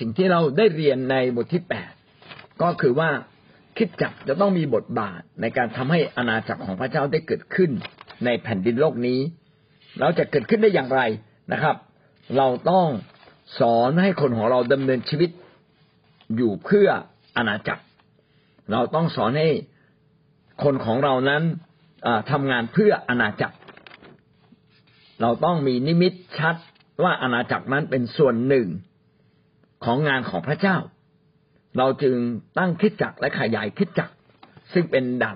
สิ่งที่เราได้เรียนในบทที่8ก็คือว่าคริสตจักรจะต้องมีบทบาทในการทำให้อาณาจักรของพระเจ้าได้เกิดขึ้นในแผ่นดินโลกนี้เราจะเกิดขึ้นได้อย่างไรนะครับเราต้องสอนให้คนของเราดำเนินชีวิตอยู่เพื่ออาณาจักรเราต้องสอนให้คนของเรานั้นทำงานเพื่ออาณาจักรเราต้องมีนิมิตชัดว่าอาณาจักรนั้นเป็นส่วนหนึ่งของงานของพระเจ้าเราจึงตั้งคริสตจักรและขยายคริสตจักรซึ่งเป็นดั่ง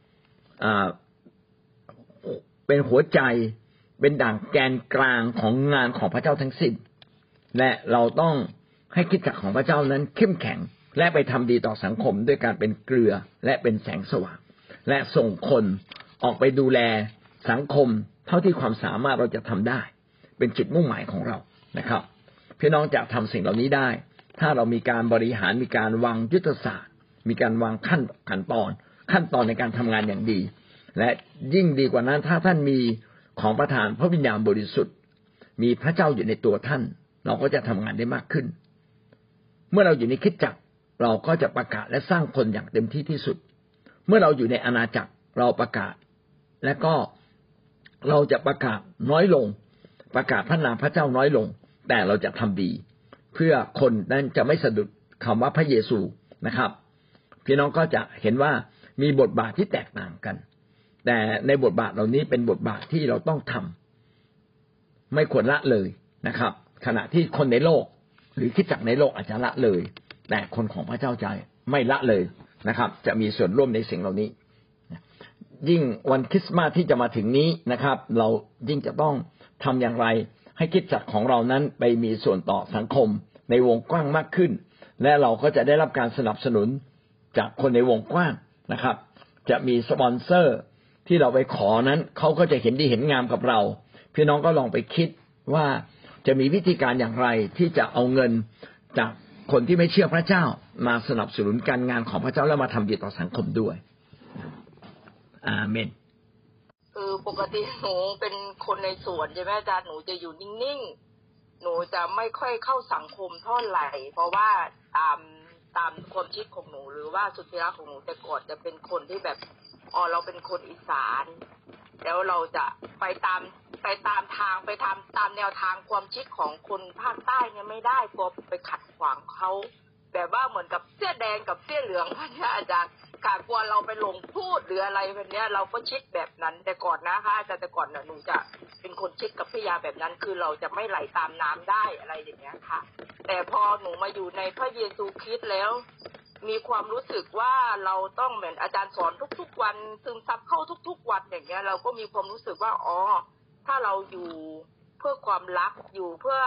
เป็นหัวใจเป็นดั่งแกนกลางของงานของพระเจ้าทั้งสิ้นและเราต้องให้คริสตจักรของพระเจ้านั้นเข้มแข็งและไปทำดีต่อสังคมด้วยการเป็นเกลือและเป็นแสงสว่างและส่งคนออกไปดูแลสังคมเท่าที่ความสามารถเราจะทำได้เป็นจุดมุ่งหมายของเรานะครับพี่น้องจะทำสิ่งเหล่านี้ได้ถ้าเรามีการบริหารมีการวางยุทธศาสตร์มีการวางขั้นตอนในการทำงานอย่างดีและยิ่งดีกว่านั้นถ้าท่านมีของประทานพระวิญญาณบริสุทธิ์มีพระเจ้าอยู่ในตัวท่านเราก็จะทำงานได้มากขึ้นเมื่อเราอยู่ในคริสตจักรเราก็จะประกาศและสร้างคนอย่างเต็มที่ที่สุดเมื่อเราอยู่ในอาณาจักรเราประกาศและก็เราจะประกาศน้อยลงประกาศพระนามพระเจ้าน้อยลงแต่เราจะทำดีเพื่อคนนั้นจะไม่สะดุดคำว่าพระเยซูนะครับพี่น้องก็จะเห็นว่ามีบทบาทที่แตกต่างกันแต่ในบทบาทเหล่านี้เป็นบทบาทที่เราต้องทำไม่ควรละเลยนะครับขณะที่คนในโลกหรือคริสตจักรในโลกอาจจะละเลยแต่คนของพระเจ้าใจไม่ละเลยนะครับจะมีส่วนร่วมในสิ่งเหล่านี้ยิ่งวันคริสต์มาสที่จะมาถึงนี้นะครับเรายิ่งจะต้องทำอย่างไรให้คริสตจักรของเรานั้นไปมีส่วนต่อสังคมในวงกว้างมากขึ้นและเราก็จะได้รับการสนับสนุนจากคนในวงกว้างนะครับจะมีสปอนเซอร์ที่เราไปขอนั้นเขาก็จะเห็นดีเห็นงามกับเราพี่น้องก็ลองไปคิดว่าจะมีวิธีการอย่างไรที่จะเอาเงินจากคนที่ไม่เชื่อพระเจ้ามาสนับสนุนการงานของพระเจ้าและมาทำดีต่อสังคมด้วยอาเมนปกติหนูเป็นคนในสวนใช่ไหมอาจารย์หนูจะอยู่นิ่งๆหนูจะไม่ค่อยเข้าสังคมเท่าไหร่เพราะว่าตามความคิดของหนูหรือว่าสุทธิรักของหนูแต่ก่อนจะเป็นคนที่แบบเราเป็นคนอีสานแล้วเราจะไปตามทางไปตามแนวทางความคิดของคนภาคใต้เนี่ยไม่ได้กลัวไปขัดขวางเขาแบบว่าเหมือนกับเสื้อแดงกับเสื้อเหลืองเนี่ยอาจารย์กลัวเราไปหลงพูดหรืออะไรแบบนี้เราก็คิดแบบนั้นแต่ก่อนนะคะแต่ก่อนน่ะหนูจะเป็นคนคิดกับพี่ยาแบบนั้นคือเราจะไม่ไหลตามน้ำได้อะไรอย่างเงี้ยค่ะแต่พอหนูมาอยู่ในพระเยซูคริสต์แล้วมีความรู้สึกว่าเราต้องเหมือนอาจารย์สอนทุกๆวันซึมซับเข้าทุกๆวันอย่างเงี้ยเราก็มีความรู้สึกว่าถ้าเราอยู่เพื่อความรักอยู่เพื่อ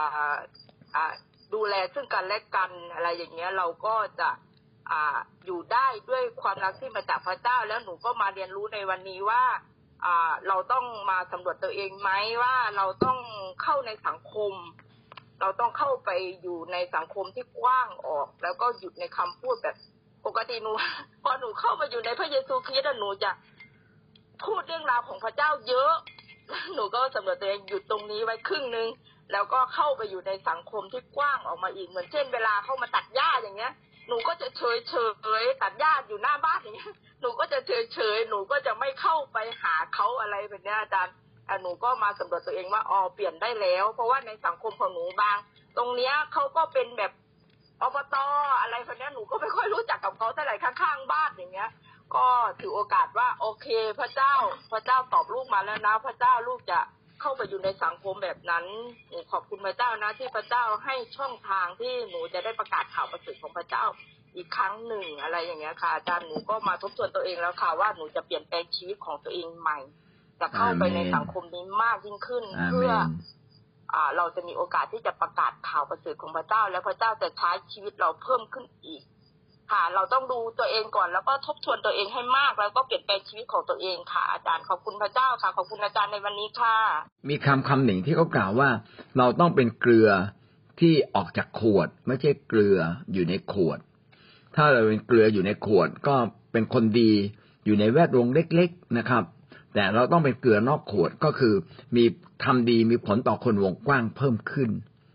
ดูแลซึ่งกันและกันอะไรอย่างเงี้ยเราก็จะอยู่ได้ด้วยความรักที่มาจากพระเจ้าแล้วหนูก็มาเรียนรู้ในวันนี้ว่าเราต้องมาสำรวจตัวเองไหมว่าเราต้องเข้าในสังคมเราต้องเข้าไปอยู่ในสังคมที่กว้างออกแล้วก็หยุดในคำพูดแบบปกติหนูพอหนูเข้ามาอยู่ในพระเยซูคริสต์หนูจะพูดเรื่องราวของพระเจ้าเยอะหนูก็สำรวจตัวเองหยุดตรงนี้ไว้ครึ่งนึงแล้วก็เข้าไปอยู่ในสังคมที่กว้างออกมาอีกเหมือนเช่นเวลาเข้ามาตัดหญ้าอย่างเงี้ยหนูก็จะเฉยตัดหญ้าอยู่หน้าบ้านอย่างเงี้ยหนูก็จะเฉยหนูก็จะไม่เข้าไปหาเขาอะไรแบบนี้อาจารย์หนูก็มาสำรวจตัวเองว่าเปลี่ยนได้แล้วเพราะว่าในสังคมของหนูบางตรงเนี้ยเขาก็เป็นแบบอบต.อะไรแบบนี้หนูก็ไม่ค่อยรู้จักกับเขาเท่าไหร่ข้างๆบ้านอย่างเงี้ยก็ถือโอกาสว่าโอเคพระเจ้าตอบลูกมาแล้วนะพระเจ้าลูกจะเข้าไปอยู่ในสังคมแบบนั้นขอบคุณพระเจ้านะที่พระเจ้าให้ช่องทางที่หนูจะได้ประกาศข่าวประเสริฐของพระเจ้าอีกครั้งหนึ่งอะไรอย่างเงี้ยค่ะอาจารย์หนูก็มาทบทวนตัวเองแล้วค่ะว่าหนูจะเปลี่ยนแปลงชีวิตของตัวเองใหม่จะเข้าไปในสังคมนี้มากยิ่งขึ้นเพื่อเราจะมีโอกาสที่จะประกาศข่าวประเสริฐของพระเจ้าและพระเจ้าจะใช้ชีวิตเราเพิ่มขึ้นอีกค่ะเราต้องดูตัวเองก่อนแล้วก็ทบทวนตัวเองให้มากแล้วก็เปลี่ยนแปลงชีวิตของตัวเองค่ะอาจารย์ขอบคุณพระเจ้าค่ะขอบคุณอาจารย์ในวันนี้ค่ะมีคำหนึ่งที่เขากล่าวว่าเราต้องเป็นเกลือที่ออกจากขวดไม่ใช่เกลืออยู่ในขวดถ้าเราเป็นเกลืออยู่ในขวดก็เป็นคนดีอยู่ในแวดวงเล็กๆนะครับแต่เราต้องเป็นเกลือนอกขวดก็คือมีทำดีมีผลต่อคนวงกว้างเพิ่มขึ้น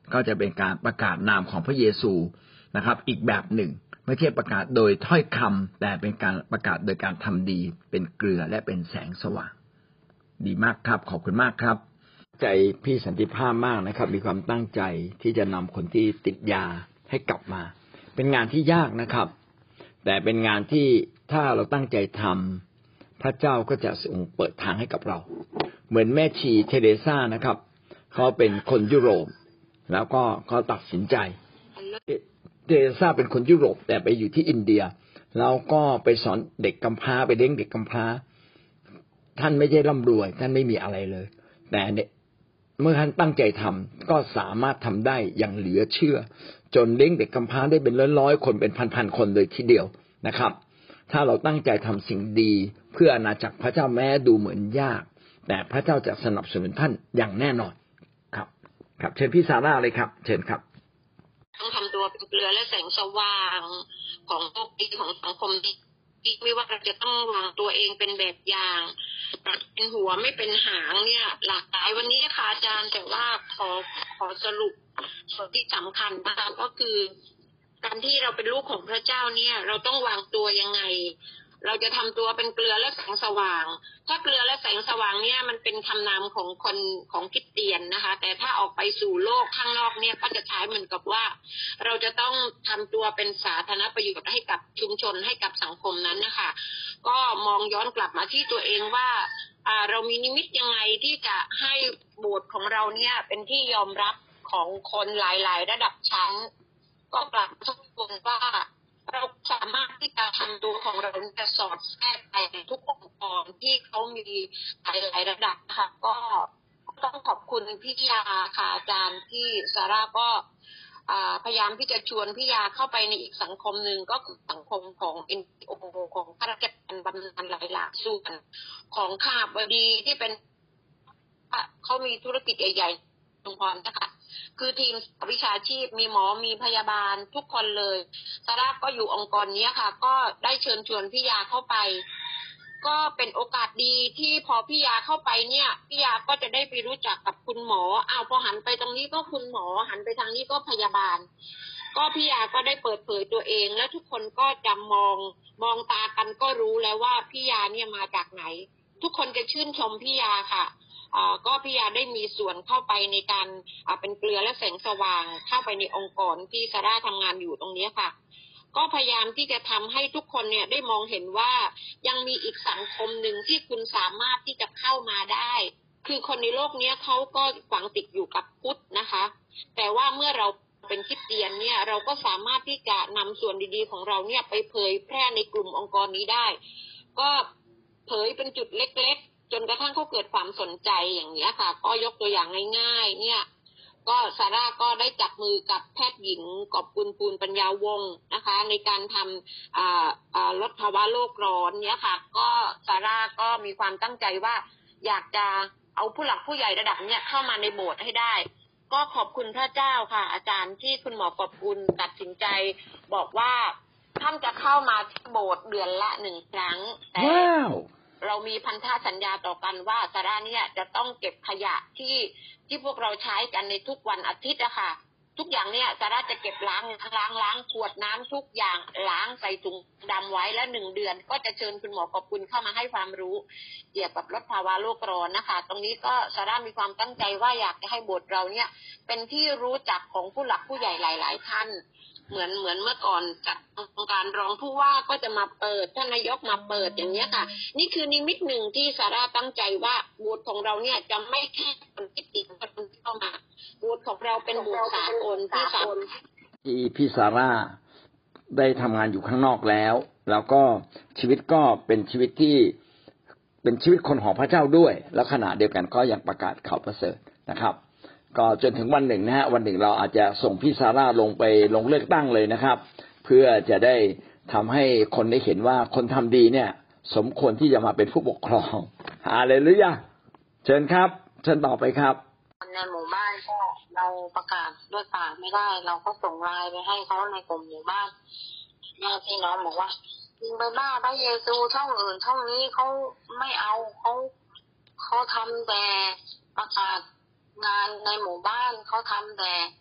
ก็จะเป็นการประกาศนามของพระเยซูนะครับอีกแบบหนึ่งไม่ใช่ประกาศโดยถ้อยคำแต่เป็นการประกาศโดยการทำดีเป็นเกลือและเป็นแสงสว่างดีมากครับขอบคุณมากครับใจพี่สันติภาพมากนะครับมีความตั้งใจที่จะนำคนที่ติดยาให้กลับมาเป็นงานที่ยากนะครับแต่เป็นงานที่ถ้าเราตั้งใจทำพระเจ้าก็จะทรงเปิดทางให้กับเราเหมือนแม่ชีเทเรซานะครับเขาเป็นคนยุโรปแล้วก็เขาตัดสินใจเทเรซาเป็นคนยุโรปแต่ไปอยู่ที่อินเดียแล้วก็ไปสอนเด็กกำพร้าไปเลี้ยงเด็กกำพร้าท่านไม่ใช่ร่ำรวยท่านไม่มีอะไรเลยแต่เมื่อท่านตั้งใจทำก็สามารถทำได้อย่างเหลือเชื่อจนเลี้ยงเด็กกำพร้าได้เป็นร้อยๆคนเป็นพันๆคนเลยทีเดียวนะครับถ้าเราตั้งใจทำสิ่งดีเพื่ออาณาจักรพระเจ้าแม้ดูเหมือนยากแต่พระเจ้าจะสนับสนุนท่านอย่างแน่นอนครับครับเชิญพี่ซาร่าเลยครับเชิญครับต้องทำตัวเป็นเกลือและแสงสว่างของโลกนี้ของสังคมนี้ไม่ว่าเราจะต้องวางตัวเองเป็นแบบอย่างเป็นหัวไม่เป็นหางเนี่ยหลากหลายวันนี้ค่ะอาจารย์แต่ว่าขอสรุปส่วนที่สำคัญนะคะก็คือการที่เราเป็นลูกของพระเจ้าเนี่ยเราต้องวางตัวยังไงเราจะทำตัวเป็นเกลือและแสงสว่างถ้าเกลือและแสงสว่างเนี่ยมันเป็นคำนามของคนของคริสเตียนนะคะแต่ถ้าออกไปสู่โลกข้างนอกเนี่ยก็จะใช้เหมือนกับว่าเราจะต้องทำตัวเป็นสาธารณประโยชน์ให้กับชุมชนให้กับสังคมนั้นนะคะก็มองย้อนกลับมาที่ตัวเองว่าเรามีนิมิตยังไงที่จะให้โบสถ์ของเราเนี่ยเป็นที่ยอมรับของคนหลายๆระดับชั้นก็กลับทบทวนว่าเราสามารถที่จะทำตัวของเราจะสอดแทรกไปในทุกองค์กรที่เขามีหลายระดับค่ะก็ต้องขอบคุณพี่ยาค่ะอาจารย์ที่ซาร่าก็พยายามที่จะชวนพี่ยาเข้าไปในอีกสังคมหนึ่งก็คือสังคมของ NGO ของข้าราชการบำนาญหลายๆส่วนของข้าบดีที่เป็นเขามีธุรกิจใหญ่ๆองค์กรนะคะคือทีมวิชาชีพมีหมอมีพยาบาลทุกคนเลยซาร่าก็อยู่องค์กรนี้ค่ะก็ได้เชิญชวนพี่ยาเข้าไปก็เป็นโอกาสดีที่พอพี่ยาเข้าไปเนี่ยพี่ยาก็จะได้ไปรู้จักกับคุณหมอพอหันไปตรงนี้ก็คุณหมอหันไปทางนี้ก็พยาบาลก็พี่ยาก็ได้เปิดเผยตัวเองและทุกคนก็จะมองตากันก็รู้แล้วว่าพี่ยาเนี่ยมาจากไหนทุกคนจะชื่นชมพี่ยาค่ะก็พี่ยาได้มีส่วนเข้าไปในการเป็นเกลือและแสงสว่างเข้าไปในองค์กรที่ซาร่าทำงานอยู่ตรงนี้ค่ะก็พยายามที่จะทำให้ทุกคนเนี่ยได้มองเห็นว่ายังมีอีกสังคมหนึ่งที่คุณสามารถที่จะเข้ามาได้คือคนในโลกนี้เขาก็ฝังติดอยู่กับพุทธนะคะแต่ว่าเมื่อเราเป็นคริสเตียนเนี่ยเราก็สามารถที่จะนำส่วนดีๆของเราเนี่ยไปเผยแพร่ในกลุ่มองค์กรนี้ได้ก็เผยเป็นจุดเล็กๆจนกระทั่งเขาเกิดความสนใจอย่างนี้ค่ะก็ยกตัวอย่างง่ายๆเนี่ยก็ซาร่าก็ได้จับมือกับแพทย์หญิงกอบกุลปูนปัญญาวงศ์นะคะในการทำลดภาวะโลกร้อนเนี่ยค่ะก็ซาร่าก็มีความตั้งใจว่าอยากจะเอาผู้หลักผู้ใหญ่ระดับเนี่ยเข้ามาในโบสถ์ให้ได้ก็ขอบคุณพระเจ้าค่ะอาจารย์ที่คุณหมอกอบกุลตัดสินใจบอกว่าท่านจะเข้ามาที่โบสถ์เดือนละ1 ครั้งแต่เรามีพันธสัญญาต่อกันว่าซาร่าเนี่ยจะต้องเก็บขยะที่พวกเราใช้กันในทุกวันอาทิตย์อะค่ะทุกอย่างเนี่ยซาร่าจะเก็บล้างขวดน้ำทุกอย่างล้างใส่ถุงดำไว้แล้ว1 เดือนก็จะเชิญคุณหมอกอบกุลเข้ามาให้ความรู้เกี่ยวกับลดภาวะโลกร้อนนะคะตรงนี้ก็ซาร่ามีความตั้งใจว่าอยากจะให้โบสถ์เราเนี่ยเป็นที่รู้จักของผู้หลักผู้ใหญ่หลายๆท่านเหมือนเมื่อก่อนจัดการรองผู้ว่าก็จะมาเปิดท่านนายกมาเปิดอย่างนี้ค่ะนี่คือนิมิตหนึ่งที่ซาร่าตั้งใจว่าโบสถ์ของเราเนี่ยจะไม่แค่คนที่ติดคนที่เข้ามาโบสถ์ของเราเป็นโบสถ์สากลที่พี่ซาร่าได้ทำงานอยู่ข้างนอกแล้วก็ชีวิตก็เป็นชีวิตที่เป็นชีวิตคนของพระเจ้าด้วยแล้วขณะเดียวกันก็ยังประกาศข่าวประเสริฐนะครับก็จนถึงวันหนึ่งนะฮะวันหนึ่งเราอาจจะส่งพี่ซาร่าลงไปลงเลือกตั้งเลยนะครับเพื่อจะได้ทำให้คนได้เห็นว่าคนทำดีเนี่ยสมควรที่จะมาเป็นผู้ปกครองฮาเลลูยาเชิญครับเชิญต่อไปครับในหมู่บ้านก็เราประกาศด้วยปากไม่ได้เราก็ส่งไลน์ไปให้เขาในกลุ่มหมู่บ้านญาติพี่น้องบอกว่ายิงไปบ้าพระเยซูช่องอื่นช่องนี้เขาไม่เอาเขาทำแต่ประกาศงานในหมู่บ้านเขาทำแต่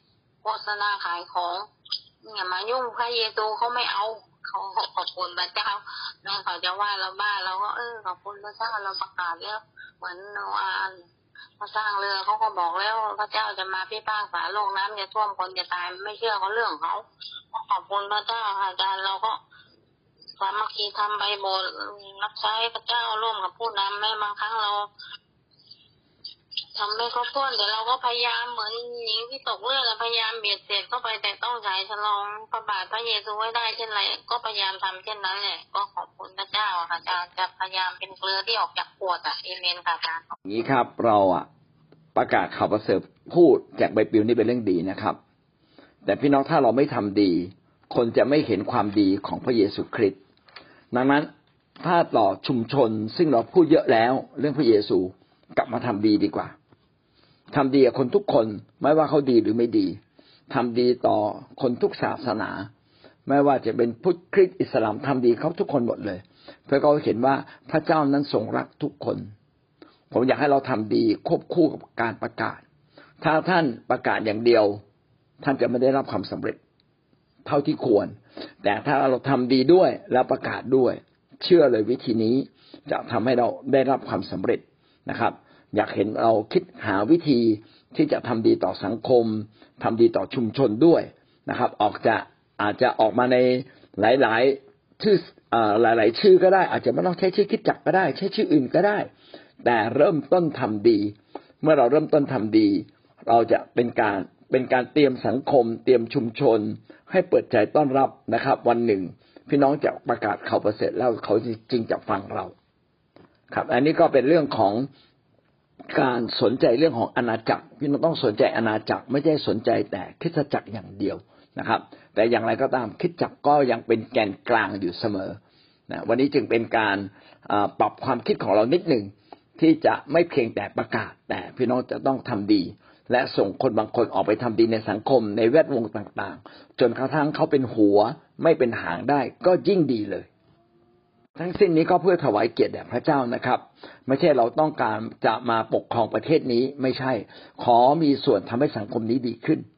โฆษณาขายของอย่ามายุ่งพระเยซูเขาไม่เอาเขาขอบคุณพระเจ้าแม้เขาจะว่าเราบ้าเราก็ขอบคุณพระเจ้าเราประกาศแล้วเหมือนโนอาห์เขาสร้างเรือเขาก็บอกแล้วพระเจ้าจะมาพิพากษาโลกน้ำจะท่วมคนจะตายไม่เชื่อเขาเรื่องเขาขอบคุณพระเจ้าอาจารย์เราก็สามัคคีทำไปโบสถ์รับใช้พระเจ้าร่วมกับผู้นำแม้บางครั้งเราทำไม่ครบถ้วนแต่เราก็พยายามเหมือนหญิงที่ตกเรือพยายามเบียดเสียดเข้าไปแต่ต้องฉายฉลองพระบาทพระเยซูไว้ได้เช่นไรก็พยายามทำเช่นนั้นแหละก็ขอบคุณพระเจ้าค่ะอาจารย์จะพยายามเป็นเกลือที่ออกจากขวดเอเมนค่ะอาจารย์อย่างนี้ครับเราประกาศข่าวประเสริฐพูดแจกใบปลิวนี่เป็นเรื่องดีนะครับแต่พี่น้องถ้าเราไม่ทำดีคนจะไม่เห็นความดีของพระเยซูคริสต์ดังนั้นถ้าต่อชุมชนซึ่งเราพูดเยอะแล้วเรื่องพระเยซูกลับมาทำดีดีกว่าทำดีกับคนทุกคนไม่ว่าเขาดีหรือไม่ดีทำดีต่อคนทุกศาสนาไม่ว่าจะเป็นพุทธคริสต์อิสลามทำดีเขาทุกคนหมดเลยเพื่อเขาเห็นว่าพระเจ้านั้นทรงรักทุกคนผมอยากให้เราทำดีควบคู่กับการประกาศถ้าท่านประกาศอย่างเดียวท่านจะไม่ได้รับความสำเร็จเท่าที่ควรแต่ถ้าเราทำดีด้วยแล้วประกาศด้วยเชื่อเลยวิธีนี้จะทำให้เราได้รับความสำเร็จนะครับอยากเห็นเราคิดหาวิธีที่จะทำดีต่อสังคมทำดีต่อชุมชนด้วยนะครับอาจจะออกมาในหลายๆชื่อหลายๆชื่อก็ได้อาจจะไม่ต้องใช้ชื่อคริสตจักรก็ได้ใช้ชื่ออื่นก็ได้แต่เริ่มต้นทำดีเมื่อเราเริ่มต้นทำดีเราจะเป็นการเตรียมสังคมเตรียมชุมชนให้เปิดใจต้อนรับนะครับวันหนึ่งพี่น้องจะประกาศข่าวประเสริฐแล้วเขาจริงจะฟังเราครับอันนี้ก็เป็นเรื่องของการสนใจเรื่องของอาณาจักรพี่น้องต้องสนใจอาณาจักรไม่ใช่สนใจแต่คริสตจักรอย่างเดียวนะครับแต่อย่างไรก็ตามคริสตจักรก็ยังเป็นแกนกลางอยู่เสมอนะวันนี้จึงเป็นการปรับความคิดของเรานิดหนึ่งที่จะไม่เพียงแต่ประกาศแต่พี่น้องจะต้องทำดีและส่งคนบางคนออกไปทำดีในสังคมในแวดวงต่างๆจนกระทั่งเขาเป็นหัวไม่เป็นหางได้ก็ยิ่งดีเลยทั้งสิ้นนี้ก็เพื่อถวายเกียรติแด่พระเจ้านะครับไม่ใช่เราต้องการจะมาปกครองประเทศนี้ไม่ใช่ขอมีส่วนทำให้สังคมนี้ดีขึ้น